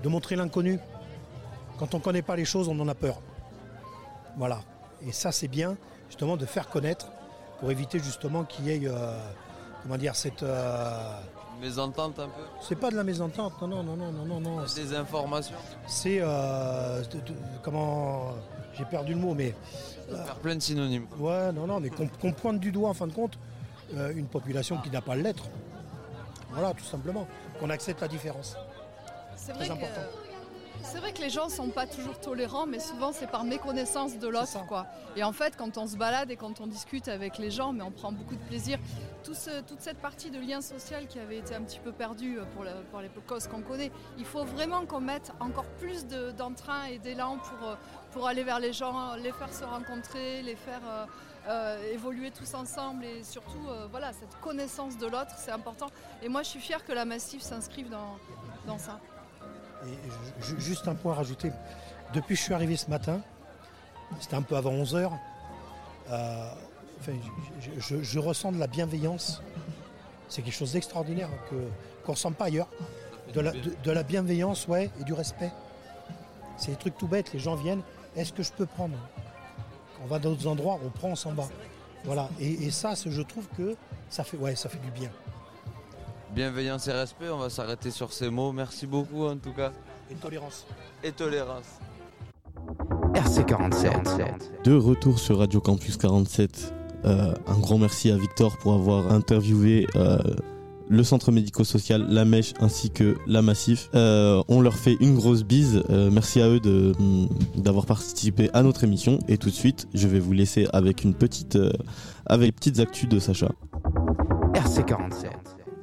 de montrer l'inconnu. Quand on ne connaît pas les choses, on en a peur. Voilà. Et ça, c'est bien, justement, de faire connaître pour éviter justement qu'il y ait, euh, comment dire, cette... Euh... Mésentente un peu. C'est pas de la mésentente, non, non, non, non, non, non. non. Des informations. C'est, euh, de, de, comment... J'ai perdu le mot, mais... Euh, faire plein de synonymes. Ouais, non, non, mais qu'on, qu'on pointe du doigt, en fin de compte, euh, une population qui n'a pas le lettre. Voilà, tout simplement. Qu'on accepte la différence. C'est vrai, que, c'est vrai que les gens ne sont pas toujours tolérants, mais souvent c'est par méconnaissance de l'autre, quoi. Et en fait, quand on se balade et quand on discute avec les gens, mais on prend beaucoup de plaisir. Tout ce, toute cette partie de lien social qui avait été un petit peu perdue pour, la, pour les causes qu'on connaît, il faut vraiment qu'on mette encore plus de, d'entrain et d'élan pour, pour aller vers les gens, les faire se rencontrer, les faire euh, euh, évoluer tous ensemble et surtout, euh, voilà, cette connaissance de l'autre, c'est important. Et moi, je suis fière que la Massif s'inscrive dans, dans ça. Et je, juste un point à rajouter. Depuis que je suis arrivé ce matin, c'était un peu avant onze heures, euh, enfin, je, je, je ressens de la bienveillance. C'est quelque chose d'extraordinaire que, qu'on ne ressent pas ailleurs. De la, de, de la bienveillance, ouais, et du respect. C'est des trucs tout bêtes. Les gens viennent. Est-ce que je peux prendre ? On va dans d'autres endroits, on prend, on s'en va. Voilà. Et, et ça, je trouve que ça fait, ouais, ça fait du bien. Bienveillance et respect, on va s'arrêter sur ces mots. Merci beaucoup en tout cas. Et tolérance. Et tolérance. R C quarante-sept. De retour sur Radio Campus quarante-sept. Euh, un grand merci à Victor pour avoir interviewé euh, le centre médico-social, la Mèche ainsi que la Massif. Euh, on leur fait une grosse bise. Euh, merci à eux de, d'avoir participé à notre émission. Et tout de suite, je vais vous laisser avec une petite, euh, avec les petites actus de Sacha. R C quarante-sept.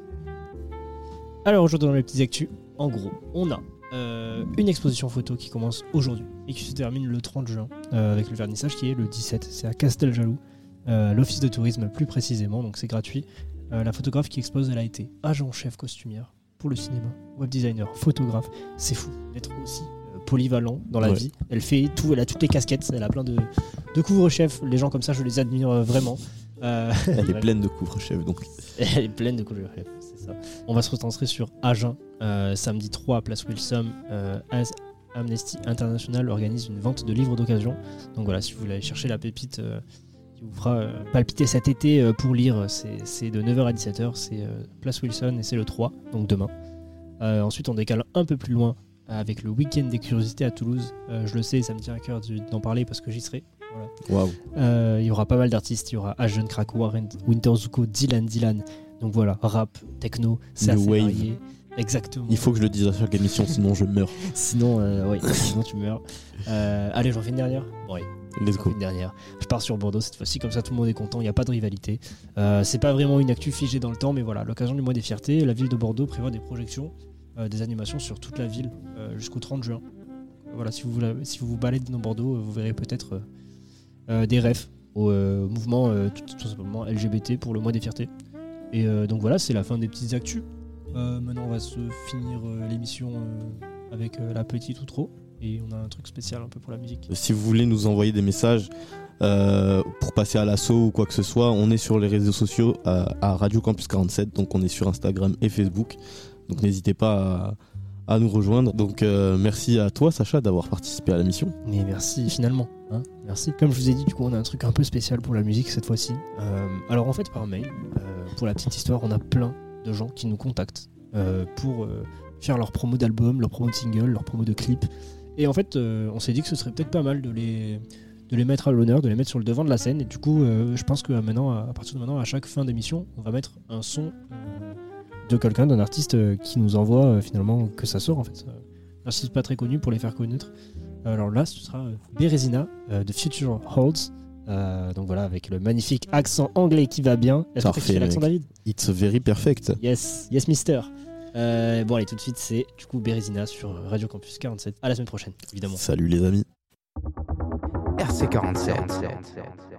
Alors aujourd'hui dans les petites actus, en gros, on a euh, une exposition photo qui commence aujourd'hui et qui se termine le trente juin euh, avec le vernissage qui est le dix-sept. C'est à Casteljaloux, euh, l'office de tourisme plus précisément, donc c'est gratuit. Euh, la photographe qui expose, elle a été agent-chef costumière pour le cinéma, web designer, photographe. C'est fou d'être aussi euh, polyvalent dans la ouais. vie. Elle fait tout, elle a toutes les casquettes, elle a plein de, de couvre-chefs. Les gens comme ça, je les admire euh, vraiment. Euh, elle est pleine de couvre-chefs donc. Elle est pleine de couvre-chefs. On va se recentrer sur Agen, euh, samedi trois, place Wilson. Euh, Amnesty International organise une vente de livres d'occasion. Donc voilà, si vous voulez aller chercher la pépite euh, qui vous fera euh, palpiter cet été euh, pour lire, c'est, c'est de neuf heures à dix-sept heures, c'est euh, place Wilson et c'est le trois, donc demain. Euh, ensuite, on décale un peu plus loin avec le week-end des curiosités à Toulouse. Euh, je le sais, ça me tient à cœur d'en parler parce que j'y serai. Voilà. Wow. Euh, il y aura pas mal d'artistes, il y aura Agen, Krakow, Winter Zuko, Dylan Dylan. Donc voilà, rap, techno, c'est le assez wave. varié. Exactement. Il faut que je le dise à chaque émission, sinon je meurs. sinon, euh, oui, sinon tu meurs. Euh, allez, j'en fais une dernière. Bon, oui, let's j'en go. Fais une dernière. Je pars sur Bordeaux cette fois-ci, comme ça tout le monde est content. Il n'y a pas de rivalité. Euh, c'est pas vraiment une actu figée dans le temps, mais voilà, à l'occasion du mois des fiertés, la ville de Bordeaux prévoit des projections, euh, des animations sur toute la ville euh, jusqu'au trente juin. Euh, voilà, si vous vous, si vous, vous baladez dans Bordeaux, vous verrez peut-être euh, euh, des refs au euh, mouvement euh, tout, tout simplement L G B T pour le mois des fiertés. Et euh, donc voilà, c'est la fin des petites actus. Euh, maintenant, on va se finir euh, l'émission euh, avec euh, la petite outro. Et on a un truc spécial un peu pour la musique. Si vous voulez nous envoyer des messages euh, pour passer à l'assaut ou quoi que ce soit, on est sur les réseaux sociaux à, à Radio Campus quarante-sept. Donc on est sur Instagram et Facebook. Donc n'hésitez pas à, à nous rejoindre. Donc euh, merci à toi Sacha d'avoir participé à l'émission. Mais merci finalement. Hein, merci. Comme je vous ai dit, du coup, on a un truc un peu spécial pour la musique cette fois-ci. Euh, alors en fait, par mail, euh, pour la petite histoire, on a plein de gens qui nous contactent euh, pour euh, faire leur promo d'album, leur promo de single, leur promo de clip. Et en fait, euh, on s'est dit que ce serait peut-être pas mal de les, de les mettre à l'honneur, de les mettre sur le devant de la scène. Et du coup, euh, je pense que maintenant, à partir de maintenant, à chaque fin d'émission, on va mettre un son euh, de quelqu'un, d'un artiste euh, qui nous envoie euh, finalement que ça sort en fait. Un artiste pas très connu pour les faire connaître. Alors là, ce sera Bérésina euh, de Future Holds. Euh, donc voilà, avec le magnifique accent anglais qui va bien. Est-ce que tu fais l'accent, David ? It's very perfect. Yes, yes, mister. Euh, bon, allez, tout de suite, c'est du coup Bérésina sur Radio Campus quarante-sept. À la semaine prochaine, évidemment. Salut les amis. R C quarante-sept.